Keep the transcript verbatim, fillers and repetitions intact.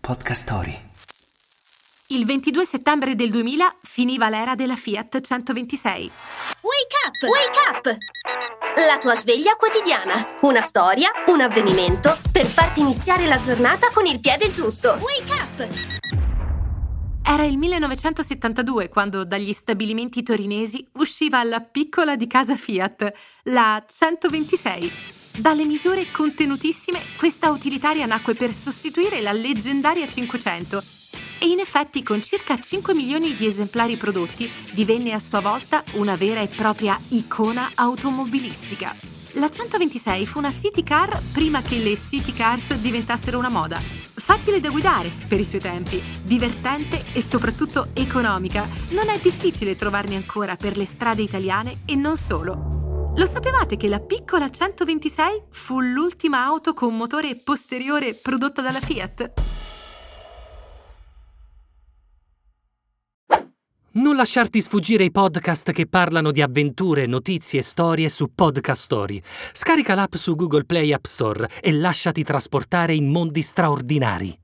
Podcast Story. Il ventidue settembre del duemila finiva l'era della Fiat centoventisei. Wake up! Wake up! La tua sveglia quotidiana. Una storia, un avvenimento per farti iniziare la giornata con il piede giusto. Wake up! Era il millenovecentosettantadue quando dagli stabilimenti torinesi usciva la piccola di casa Fiat, la centoventisei. Dalle misure contenutissime, questa utilitaria nacque per sostituire la leggendaria cinquecento e in effetti con circa cinque milioni di esemplari prodotti divenne a sua volta una vera e propria icona automobilistica. La centoventisei fu una city car prima che le city cars diventassero una moda. Facile da guidare per i suoi tempi, divertente e soprattutto economica. Non è difficile trovarne ancora per le strade italiane e non solo. Lo sapevate che la piccola centoventisei fu l'ultima auto con motore posteriore prodotta dalla Fiat? Non lasciarti sfuggire i podcast che parlano di avventure, notizie e storie su Podcast Story. Scarica l'app su Google Play App Store e lasciati trasportare in mondi straordinari.